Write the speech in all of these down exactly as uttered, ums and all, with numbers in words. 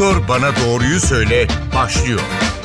Doktor Bana Doğruyu Söyle başlıyor.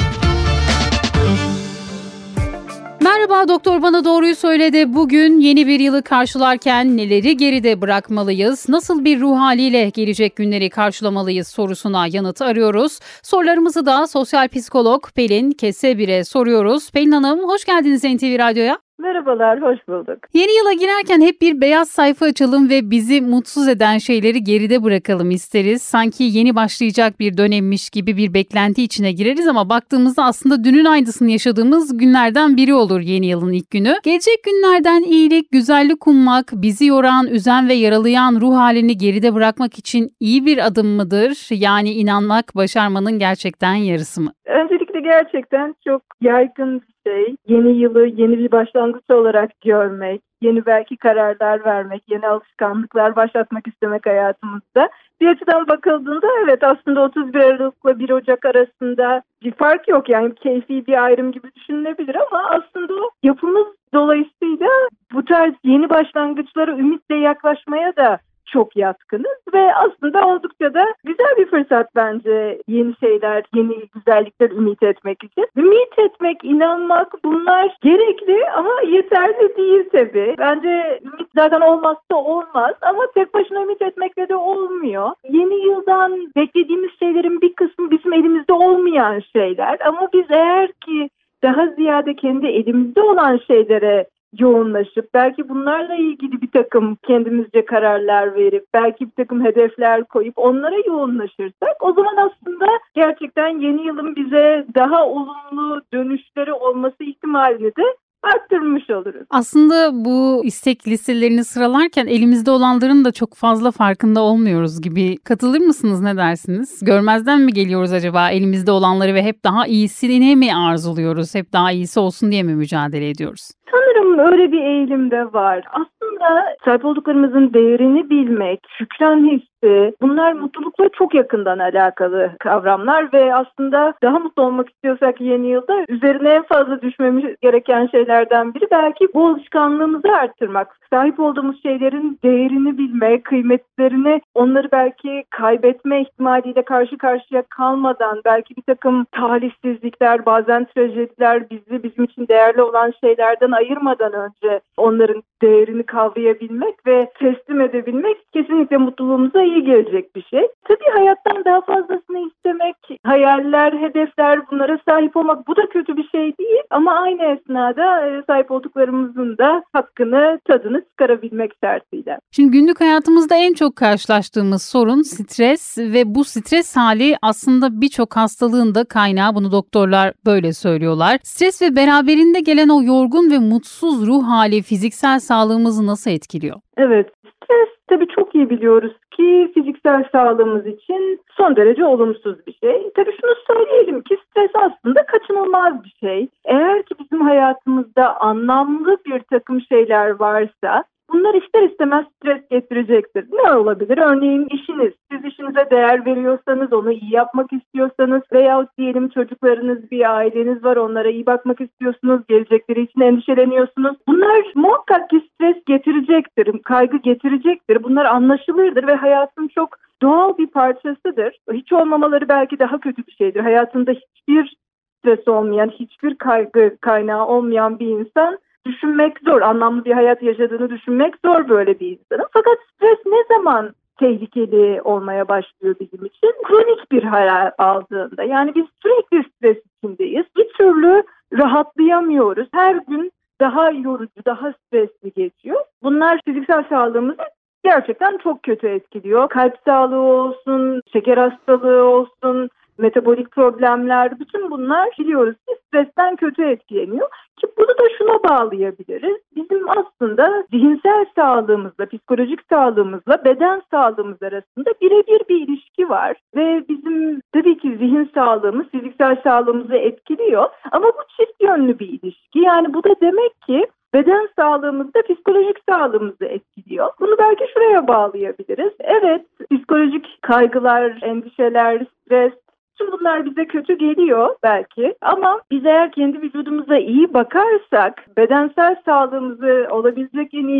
Merhaba, Doktor Bana Doğruyu Söyledi. Bugün yeni bir yılı karşılarken neleri geride bırakmalıyız, nasıl bir ruh haliyle gelecek günleri karşılamalıyız sorusuna yanıt arıyoruz. Sorularımızı da sosyal psikolog Pelin Kesebir'e soruyoruz. Pelin Hanım, hoş geldiniz N T V Radyo'ya. Merhabalar, hoş bulduk. Yeni yıla girerken hep bir beyaz sayfa açalım ve bizi mutsuz eden şeyleri geride bırakalım isteriz. Sanki yeni başlayacak bir dönemmiş gibi bir beklenti içine gireriz ama baktığımızda aslında dünün aynısını yaşadığımız günlerden biri olur yeni yılın ilk günü. Gelecek günlerden iyilik, güzellik ummak, bizi yoran, üzen ve yaralayan ruh halini geride bırakmak için iyi bir adım mıdır? Yani inanmak başarmanın gerçekten yarısı mı? Öncelikle gerçekten çok yaygın bir şey. Yeni yılı yeni bir başlangıç olarak görmek, yeni belki kararlar vermek, yeni alışkanlıklar başlatmak istemek hayatımızda. Bir açıdan bakıldığında evet aslında otuz bir Aralık'la bir Ocak arasında bir fark yok. Yani keyfi bir ayrım gibi düşünülebilir ama aslında o yapımız dolayısıyla bu tarz yeni başlangıçlara ümitle yaklaşmaya da çok yatkınız ve aslında oldukça da güzel bir fırsat bence yeni şeyler, yeni güzellikler ümit etmek için. Ümit etmek, inanmak bunlar gerekli ama yeterli değil tabii. Bence ümit zaten olmazsa olmaz ama tek başına ümit etmekle de olmuyor. Yeni yıldan beklediğimiz şeylerin bir kısmı bizim elimizde olmayan şeyler ama biz eğer ki daha ziyade kendi elimizde olan şeylere yoğunlaşıp belki bunlarla ilgili bir takım kendimizce kararlar verip belki bir takım hedefler koyup onlara yoğunlaşırsak o zaman aslında gerçekten yeni yılın bize daha olumlu dönüşleri olması ihtimalini de arttırmış oluruz. Aslında bu istek listelerini sıralarken elimizde olanların da çok fazla farkında olmuyoruz gibi. Katılır mısınız, ne dersiniz? Görmezden mi geliyoruz acaba elimizde olanları ve hep daha iyisini mi arzuluyoruz? Hep daha iyisi olsun diye mi mücadele ediyoruz? Sanırım öyle bir eğilim de var. Aslında sahip olduklarımızın değerini bilmek, şükran hissi, bunlar mutlulukla çok yakından alakalı kavramlar ve aslında daha mutlu olmak istiyorsak yeni yılda üzerine en fazla düşmemiz gereken şeylerden biri belki bu alışkanlığımızı arttırmak. Sahip olduğumuz şeylerin değerini bilmek, kıymetlerini, onları belki kaybetme ihtimaliyle karşı karşıya kalmadan, belki bir takım talihsizlikler, bazen trajediler bizi bizim için değerli olan şeylerden ayırmadan önce onların değerini kavrayabilmek ve teslim edebilmek kesinlikle mutluluğumuza iyi gelecek bir şey. Tabii hayattan daha fazlasını istemek, hayaller, hedefler, bunlara sahip olmak bu da kötü bir şey değil ama aynı esnada sahip olduklarımızın da hakkını, tadını çıkarabilmek şartıyla. Şimdi günlük hayatımızda en çok karşılaştığımız sorun stres ve bu stres hali aslında birçok hastalığın da kaynağı. Bunu doktorlar böyle söylüyorlar. Stres ve beraberinde gelen o yorgun ve mutsuz ruh hali fiziksel sağlığımızı nasıl etkiliyor? Evet, stres tabii çok iyi biliyoruz ki fiziksel sağlığımız için son derece olumsuz bir şey. Tabii şunu söyleyelim ki stres aslında kaçınılmaz bir şey. Eğer ki bizim hayatımızda anlamlı bir takım şeyler varsa bunlar ister istemez stres getirecektir. Ne olabilir? Örneğin işiniz. Siz işinize değer veriyorsanız, onu iyi yapmak istiyorsanız veyahut diyelim çocuklarınız, bir aileniz var, onlara iyi bakmak istiyorsunuz, gelecekleri için endişeleniyorsunuz. Bunlar muhakkak ki stres getirecektir, kaygı getirecektir. Bunlar anlaşılırdır ve hayatın çok doğal bir parçasıdır. Hiç olmamaları belki daha kötü bir şeydir. Hayatında hiçbir stres olmayan, hiçbir kaygı kaynağı olmayan bir insan düşünmek zor. Anlamlı bir hayat yaşadığını düşünmek zor böyle bir insanın. Fakat stres ne zaman tehlikeli olmaya başlıyor bizim için? Kronik bir hal aldığında. Yani biz sürekli stres içindeyiz. Bir türlü rahatlayamıyoruz. Her gün daha yorucu, daha stresli geçiyor. Bunlar fiziksel sağlığımızı gerçekten çok kötü etkiliyor. Kalp sağlığı olsun, şeker hastalığı olsun, metabolik problemler, bütün bunlar biliyoruz ki stresten kötü etkileniyor. Ki bunu da şuna bağlayabiliriz. Bizim aslında zihinsel sağlığımızla, psikolojik sağlığımızla beden sağlığımız arasında birebir bir ilişki var. Ve bizim tabii ki zihin sağlığımız fiziksel sağlığımızı etkiliyor. Ama bu çift yönlü bir ilişki. Yani bu da demek ki beden sağlığımız da psikolojik sağlığımızı etkiliyor. Bunu belki şuraya bağlayabiliriz. Evet, psikolojik kaygılar, endişeler, stres, tüm bunlar bize kötü geliyor belki ama biz eğer kendi vücudumuza iyi bakarsak, bedensel sağlığımızı olabilecek en iyi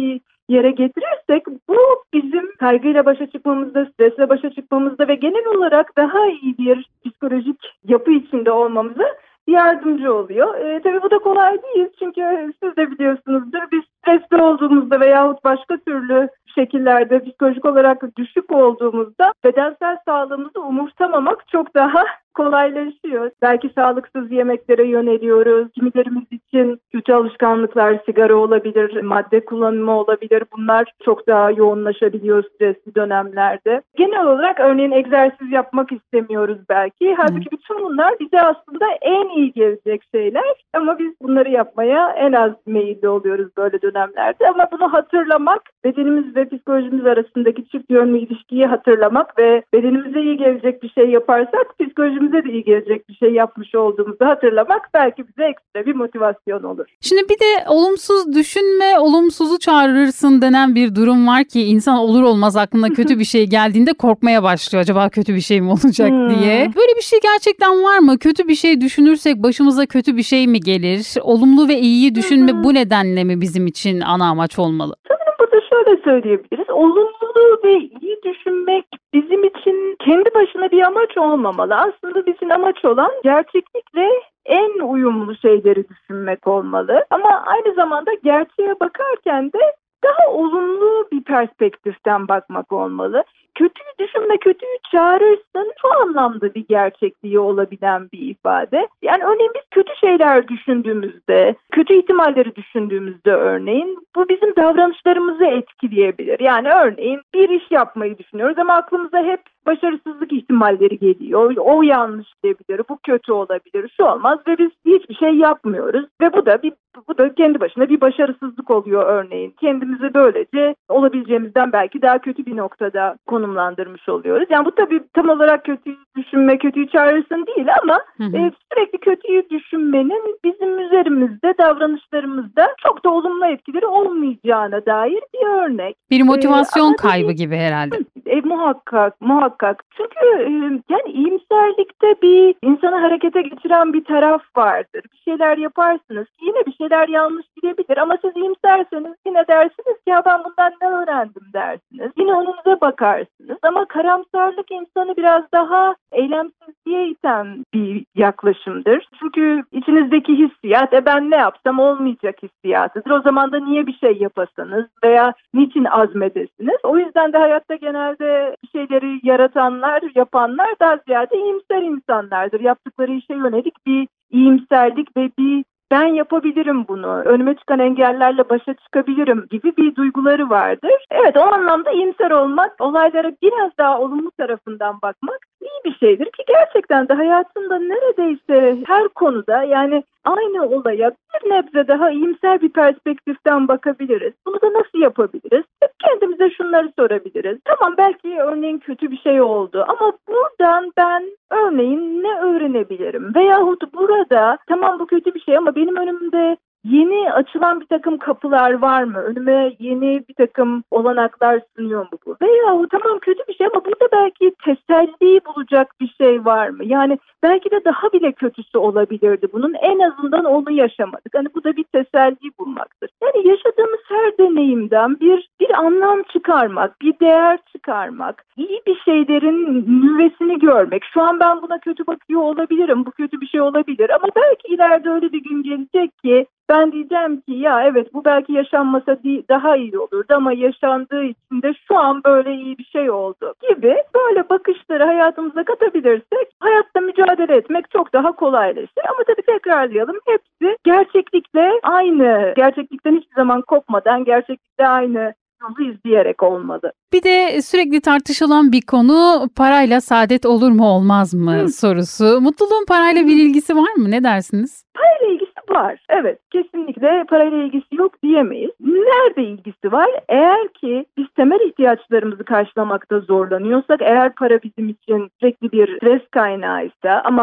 yere getirirsek bu bizim kaygıyla başa çıkmamızda, stresle başa çıkmamızda ve genel olarak daha iyi bir psikolojik yapı içinde olmamıza yardımcı oluyor. E, tabii bu da kolay değil çünkü siz de biliyorsunuzdur, biz stresli olduğumuzda veyahut başka türlü şekillerde psikolojik olarak düşük olduğumuzda bedensel sağlığımızı umursamamak çok daha kolaylaşıyor. Belki sağlıksız yemeklere yöneliyoruz. Kimilerimiz için kötü alışkanlıklar, sigara olabilir, madde kullanımı olabilir. Bunlar çok daha yoğunlaşabiliyor stresli dönemlerde. Genel olarak örneğin egzersiz yapmak istemiyoruz belki. Halbuki bütün bunlar bize aslında en iyi gelecek şeyler. Ama biz bunları yapmaya en az meyilli oluyoruz böyle dönemlerde. Ama bunu hatırlamak, bedenimiz ve psikolojimiz arasındaki çift yönlü ilişkiyi hatırlamak ve bedenimize iyi gelecek bir şey yaparsak psikolojimize de iyi gelecek bir şey yapmış olduğumuzu hatırlamak belki bize ekstra bir motivasyon olur. Şimdi bir de olumsuz düşünme, olumsuzu çağırırsın denen bir durum var ki insan olur olmaz aklına kötü bir şey geldiğinde korkmaya başlıyor. Acaba kötü bir şey mi olacak hmm. diye. Böyle bir şey gerçekten var mı? Kötü bir şey düşünürsek başımıza kötü bir şey mi gelir? Olumlu ve iyiyi düşünme bu nedenle mi bizim için ana amaç olmalı? Sanırım burada şöyle söyleyebiliriz. Olumlu ve iyi düşünmek bizim için kendi başına bir amaç olmamalı. Aslında bizim amaç olan gerçeklikle en uyumlu şeyleri düşünmek olmalı. Ama aynı zamanda gerçeğe bakarken de daha olumlu bir perspektiften bakmak olmalı. Kötüyü düşünme, kötüyü çağırırsın şu anlamda bir gerçekliği olabilen bir ifade. Yani örneğin biz kötü şeyler düşündüğümüzde, kötü ihtimalleri düşündüğümüzde örneğin bu bizim davranışlarımızı etkileyebilir. Yani örneğin bir iş yapmayı düşünüyoruz ama aklımıza hep başarısızlık ihtimalleri geliyor. O yanlış diyebilir, bu kötü olabilir, şu olmaz ve biz hiçbir şey yapmıyoruz. Ve bu da bir bu da kendi başına bir başarısızlık oluyor örneğin. Kendimizi böylece olabileceğimizden belki daha kötü bir noktada konumlandırmış oluyoruz. Yani bu tabii tam olarak kötüyü düşünme, kötüyü çağırırsın değil ama hı hı. E, sürekli kötüyü düşünmenin bizim üzerimizde, davranışlarımızda çok da olumlu etkileri olmayacağına dair bir örnek. Bir motivasyon ee, kaybı gibi herhalde. E, muhakkak, muhakkak. Çünkü e, yani iyimserlikte bir insanı harekete geçiren bir taraf vardır. Bir şeyler yaparsınız. Yine bir şeyler yanlış gidebilir ama siz iyimserseniz yine dersiniz ki ya ben bundan ne öğrendim dersiniz. Yine önünüze bakarsınız ama karamsarlık insanı biraz daha eylemsizliğe iten bir yaklaşımdır. Çünkü içinizdeki hissiyat e ben ne yapsam olmayacak hissiyatıdır. O zaman da niye bir şey yapasanız veya niçin azmedesiniz. O yüzden de hayatta genelde bir şeyleri yaratanlar, yapanlar daha ziyade iyimser insanlardır. Yaptıkları işe yönelik bir iyimserlik ve bir ben yapabilirim bunu, önüme çıkan engellerle başa çıkabilirim gibi bir duyguları vardır. Evet, o anlamda iyimser olmak, olaylara biraz daha olumlu tarafından bakmak iyi bir şeydir ki gerçekten de hayatında neredeyse her konuda yani aynı olaya bir nebze daha iyimser bir perspektiften bakabiliriz. Bunu da nasıl yapabiliriz? Hep kendimize şunları sorabiliriz. Tamam belki örneğin kötü bir şey oldu ama buradan ben örneğin ne öğrenebilirim? Veyahut burada tamam bu kötü bir şey ama benim önümde yeni açılan bir takım kapılar var mı? Önüme yeni bir takım olanaklar sunuyor mu bu? Veyahut tamam kötü bir şey ama burada belki teselli bulacak bir şey var mı? Yani belki de daha bile kötüsü olabilirdi bunun. En azından onu yaşamadık. Hani bu da bir teselli bulmaktır. Yani yaşadığımız her deneyimden bir bir anlam çıkarmak, bir değer çıkarmak, iyi bir şeylerin nüvesini görmek. Şu an ben buna kötü bakıyor olabilirim. Bu kötü bir şey olabilir ama belki ileride öyle bir gün gelecek ki ben diyeceğim ki ya evet bu belki yaşanmasa daha iyi olurdu ama yaşandığı için de şu an böyle iyi bir şey oldu gibi böyle bakışları hayatımıza katabilirsek hayatta mücadele etmek çok daha kolaylaşır. Ama tabii tekrarlayalım, hepsi gerçeklikle aynı, gerçeklikten hiçbir zaman kopmadan gerçeklikle aynı yolu izleyerek olmalı. Bir de sürekli tartışılan bir konu parayla saadet olur mu olmaz mı Hı. sorusu. Mutluluğun parayla bir ilgisi var mı? Ne dersiniz? Parayla ilgisi var. Evet, kesinlikle parayla ilgisi yok diyemeyiz. Nerede ilgisi var? Eğer ki biz temel ihtiyaçlarımızı karşılamakta zorlanıyorsak, eğer para bizim için sürekli bir stres kaynağıysa ama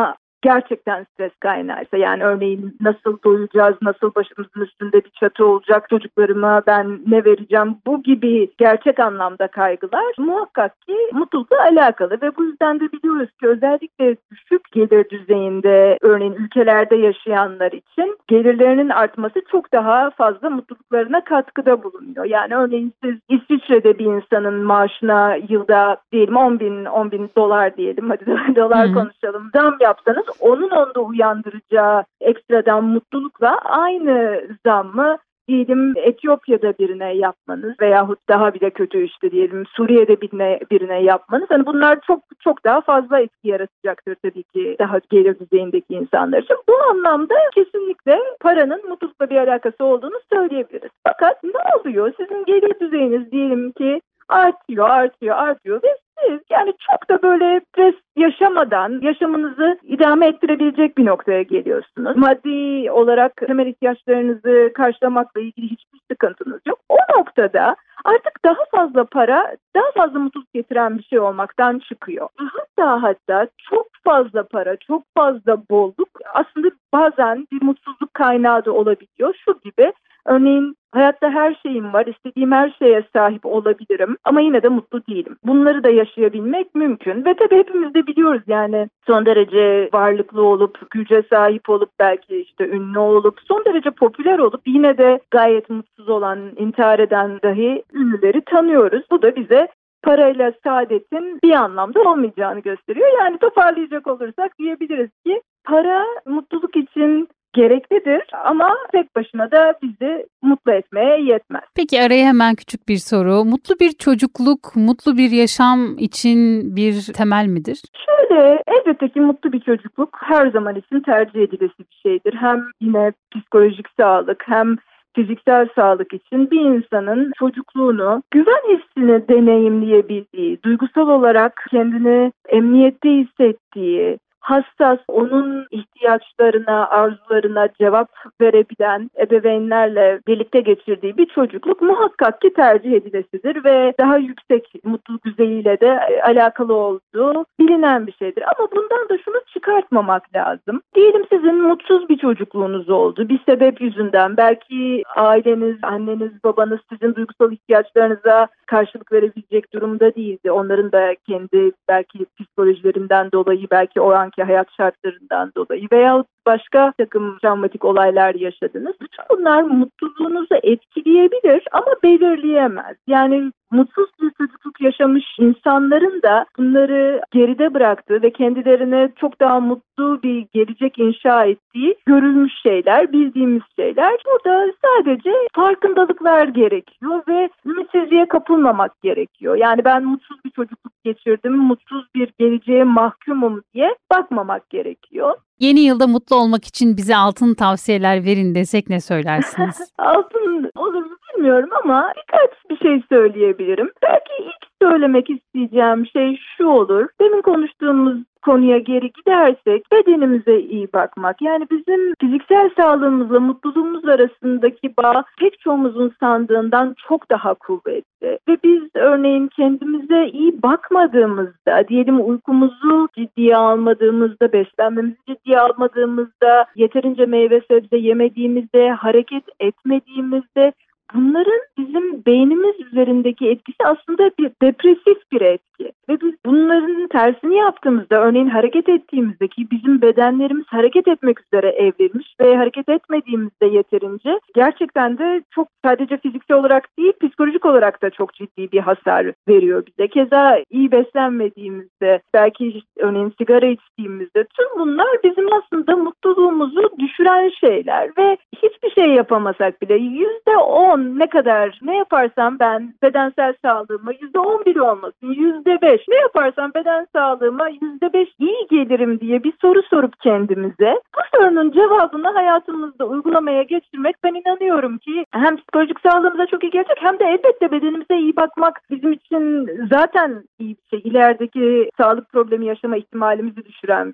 gerçekten stres kaynağıysa, yani örneğin nasıl doyacağız, nasıl başımızın üstünde bir çatı olacak, çocuklarıma ben ne vereceğim, bu gibi gerçek anlamda kaygılar muhakkak ki mutlulukla alakalı ve bu yüzden de biliyoruz ki özellikle düşük gelir düzeyinde örneğin ülkelerde yaşayanlar için gelirlerinin artması çok daha fazla mutluluklarına katkıda bulunuyor. Yani örneğin siz İsviçre'de bir insanın maaşına yılda diyelim on bin, on bin dolar diyelim, hadi dolar konuşalım, zam yapsanız onun onda uyandıracağı ekstradan mutlulukla aynı zammı diyelim Etiyopya'da birine yapmanız veyahut daha bile kötü işte diyelim Suriye'de birine, birine yapmanız, hani bunlar çok çok daha fazla etki yaratacaktır tabii ki daha gelir düzeyindeki insanlar için. Bu anlamda kesinlikle paranın mutlulukla bir alakası olduğunu söyleyebiliriz. Fakat ne oluyor? Sizin gelir düzeyiniz diyelim ki artıyor, artıyor, artıyor ve siz yani çok da böyle stres yaşamadan yaşamınızı idame ettirebilecek bir noktaya geliyorsunuz. Maddi olarak temel ihtiyaçlarınızı karşılamakla ilgili hiçbir sıkıntınız yok. O noktada artık daha fazla para, daha fazla mutluluk getiren bir şey olmaktan çıkıyor. Hatta hatta çok fazla para, çok fazla bolluk aslında bazen bir mutsuzluk kaynağı da olabiliyor. Şu gibi, örneğin hayatta her şeyim var, istediğim her şeye sahip olabilirim ama yine de mutlu değilim. Bunları da yaşayabilmek mümkün ve tabii hepimiz de biliyoruz yani son derece varlıklı olup, güce sahip olup, belki işte ünlü olup, son derece popüler olup yine de gayet mutsuz olan, intihar eden dahi ünlüleri tanıyoruz. Bu da bize parayla saadetin bir anlamda olmayacağını gösteriyor. Yani toparlayacak olursak diyebiliriz ki para mutluluk için gereklidir ama tek başına da bizi mutlu etmeye yetmez. Peki araya hemen küçük bir soru. Mutlu bir çocukluk, mutlu bir yaşam için bir temel midir? Şöyle, elbette ki mutlu bir çocukluk her zaman için tercih edilesi bir şeydir. Hem yine psikolojik sağlık hem fiziksel sağlık için bir insanın çocukluğunu, güven hissini deneyimleyebildiği, duygusal olarak kendini emniyette hissettiği, hassas, onun ihtiyaçlarına, arzularına cevap verebilen ebeveynlerle birlikte geçirdiği bir çocukluk muhakkak ki tercih edilesidir ve daha yüksek mutluluk düzeyiyle de alakalı olduğu bilinen bir şeydir. Ama bundan da şunu çıkartmamak lazım. Diyelim sizin mutsuz bir çocukluğunuz oldu. Bir sebep yüzünden belki aileniz, anneniz, babanız sizin duygusal ihtiyaçlarınıza karşılık verebilecek durumda değildi. Onların da kendi belki psikolojilerinden dolayı, belki o anki hayat şartlarından dolayı veyahut başka takım travmatik olaylar yaşadınız. Bütün bunlar mutluluğunuzu etkileyebilir ama belirleyemez. Yani mutsuz bir çocukluk yaşamış insanların da bunları geride bıraktığı ve kendilerine çok daha mutlu bir gelecek inşa ettiği görülmüş şeyler, bildiğimiz şeyler. Burada sadece farkındalıklar gerekiyor ve ümitsizliğe kapılmamak gerekiyor. Yani ben mutsuz bir çocukluk geçirdim, mutsuz bir geleceğe mahkumum diye bakmamak gerekiyor. Yeni yılda mutlu olmak için bize altın tavsiyeler verin desek ne söylersiniz? Altın olur mu bilmiyorum ama birkaç bir şey söyleyebilirim. Belki ilk söylemek isteyeceğim şey şu olur. Demin konuştuğumuz konuya geri gidersek bedenimize iyi bakmak. Yani bizim fiziksel sağlığımızla mutluluğumuz arasındaki bağ pek çoğumuzun sandığından çok daha kuvvetli. Ve biz örneğin kendimize iyi bakmadığımızda, diyelim uykumuzu ciddiye almadığımızda, beslenmemizi ciddiye almadığımızda, yeterince meyve sebze yemediğimizde, hareket etmediğimizde, bunların bizim beynimiz üzerindeki etkisi aslında bir depresif bir etki. Ve biz bunların tersini yaptığımızda, örneğin hareket ettiğimizde, ki bizim bedenlerimiz hareket etmek üzere evrilmiş ve hareket etmediğimizde yeterince gerçekten de çok sadece fiziksel olarak değil, psikolojik olarak da çok ciddi bir hasar veriyor bize. Keza iyi beslenmediğimizde, belki işte, örneğin sigara içtiğimizde, tüm bunlar bizim aslında mutluluğumuzu düşüren şeyler ve hiçbir şey yapamasak bile yüzde on ne kadar ne yaparsam ben bedensel sağlığıma yüzde on bir olmasın, yüzde beş ne yaparsam beden sağlığıma yüzde beş iyi gelirim diye bir soru sorup kendimize bu sorunun cevabını hayatımızda uygulamaya geçirmek, ben inanıyorum ki hem psikolojik sağlığımıza çok iyi gelecek hem de elbette bedenimize iyi bakmak bizim için zaten iyi bir şey. İlerideki sağlık problemi yaşama ihtimalimizi düşüren bir şey.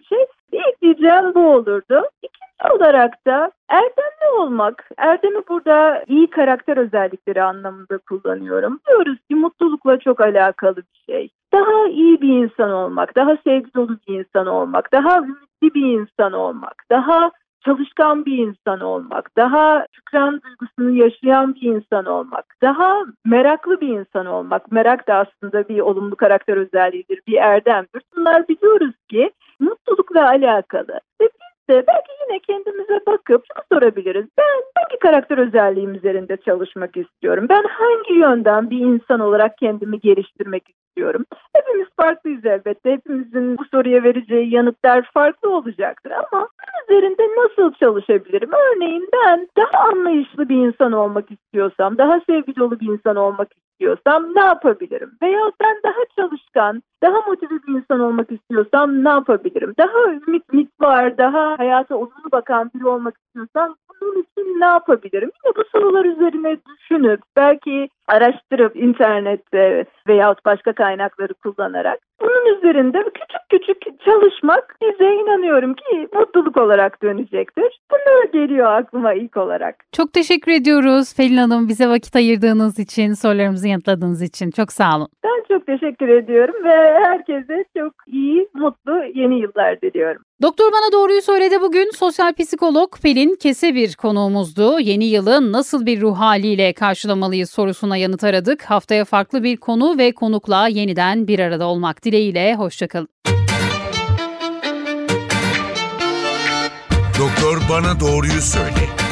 Bir ekleyeceğim bu olurdu. İkinci olarak da erdemli olmak. Erdemi burada iyi karakter özellikleri anlamında kullanıyorum. Diyoruz ki mutlulukla çok alakalı bir şey. Daha iyi bir insan olmak, daha sevgi dolu bir insan olmak, daha ümitli bir insan olmak, daha çalışkan bir insan olmak, daha şükran duygusunu yaşayan bir insan olmak, daha meraklı bir insan olmak. Merak da aslında bir olumlu karakter özelliğidir, bir erdemdir. Bunlar biliyoruz ki mutlulukla alakalı. Ve biz de belki yine kendimize bakıp şunu sorabiliriz. Ben hangi karakter özelliğim üzerinde çalışmak istiyorum? Ben hangi yönden bir insan olarak kendimi geliştirmek istiyorum? Hepimiz farklıyız elbette. Hepimizin bu soruya vereceği yanıtlar farklı olacaktır ama bunun üzerinde nasıl çalışabilirim? Örneğin ben daha anlayışlı bir insan olmak istiyorsam, daha sevgi dolu bir insan olmak istiyorsam ne yapabilirim? Veya ben daha çalışkan, daha motive bir insan olmak istiyorsam ne yapabilirim? Daha ümit, ümit var, daha hayata olumlu bakan biri olmak istiyorsam bunun için ne yapabilirim? Yine bu sorular üzerine düşünüp, belki araştırıp internette veyahut başka kaynakları kullanarak bunun üzerinde küçük küçük çalışmak bize inanıyorum ki mutluluk olarak dönecektir. Bunlar geliyor aklıma ilk olarak. Çok teşekkür ediyoruz Pelin Hanım, bize vakit ayırdığınız için, sorularımızı yanıtladığınız için. Çok sağ olun. Ben çok teşekkür ediyorum ve herkese çok iyi, mutlu yeni yıllar diliyorum. Doktor Bana Doğruyu Söyledi bugün sosyal psikolog Pelin Kesebir konuğumuzdu. Yeni yılı nasıl bir ruh haliyle karşılamalıyız sorusuna yanıt aradık. Haftaya farklı bir konu ve konukla yeniden bir arada olmak dileğiyle. Hoşçakalın. Doktor Bana Doğruyu Söyle.